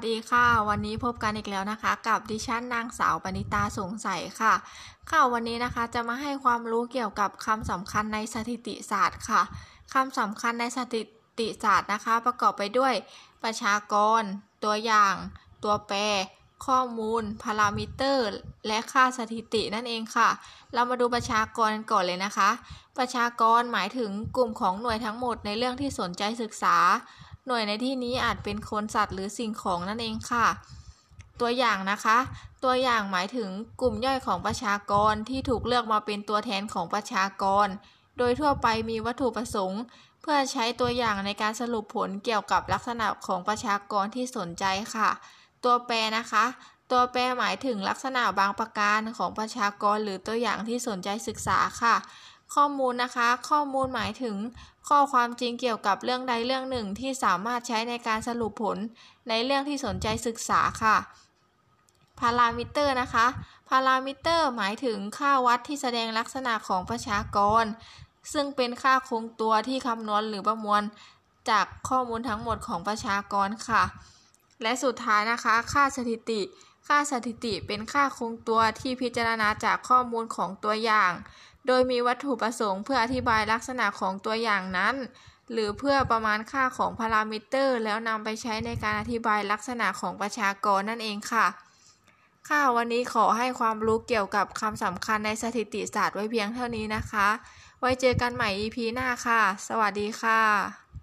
ดีค่ะวันนี้พบกันอีกแล้วนะคะกับดิฉันนางสาวปณิตาสงสัยค่ะวันนี้นะคะจะมาให้ความรู้เกี่ยวกับคำสำคัญในสถิติศาสตร์ค่ะคำสำคัญในสถิติศาสตร์นะคะประกอบไปด้วยประชากรตัวอย่างตัวแปรข้อมูลพารามิเตอร์และค่าสถิตินั่นเองค่ะเรามาดูประชากรกันก่อนเลยนะคะประชากรหมายถึงกลุ่มของหน่วยทั้งหมดในเรื่องที่สนใจศึกษาหน่วยในที่นี้อาจเป็นคนสัตว์หรือสิ่งของนั่นเองค่ะตัวอย่างนะคะตัวอย่างหมายถึงกลุ่มย่อยของประชากรที่ถูกเลือกมาเป็นตัวแทนของประชากรโดยทั่วไปมีวัตถุประสงค์เพื่อใช้ตัวอย่างในการสรุปผลเกี่ยวกับลักษณะของประชากรที่สนใจค่ะตัวแปรนะคะตัวแปรหมายถึงลักษณะบางประการของประชากรหรือตัวอย่างที่สนใจศึกษาค่ะข้อมูลนะคะข้อมูลหมายถึงข้อความจริงเกี่ยวกับเรื่องใดเรื่องหนึ่งที่สามารถใช้ในการสรุปผลในเรื่องที่สนใจศึกษาค่ะพารามิเตอร์นะคะพารามิเตอร์หมายถึงค่าวัดที่แสดงลักษณะของประชากรซึ่งเป็นค่าคงตัวที่คำนวณหรือประมวลจากข้อมูลทั้งหมดของประชากรค่ะและสุดท้ายนะคะค่าสถิติค่าสถิติเป็นค่าคงตัวที่พิจารณาจากข้อมูลของตัวอย่างโดยมีวัตถุประสงค์เพื่ออธิบายลักษณะของตัวอย่างนั้นหรือเพื่อประมาณค่าของพารามิเตอร์แล้วนำไปใช้ในการอธิบายลักษณะของประชากรนั่นเองค่ะวันนี้ขอให้ความรู้เกี่ยวกับคำสำคัญในสถิติศาสตร์ไว้เพียงเท่านี้นะคะไว้เจอกันใหม่ EP หน้าค่ะสวัสดีค่ะ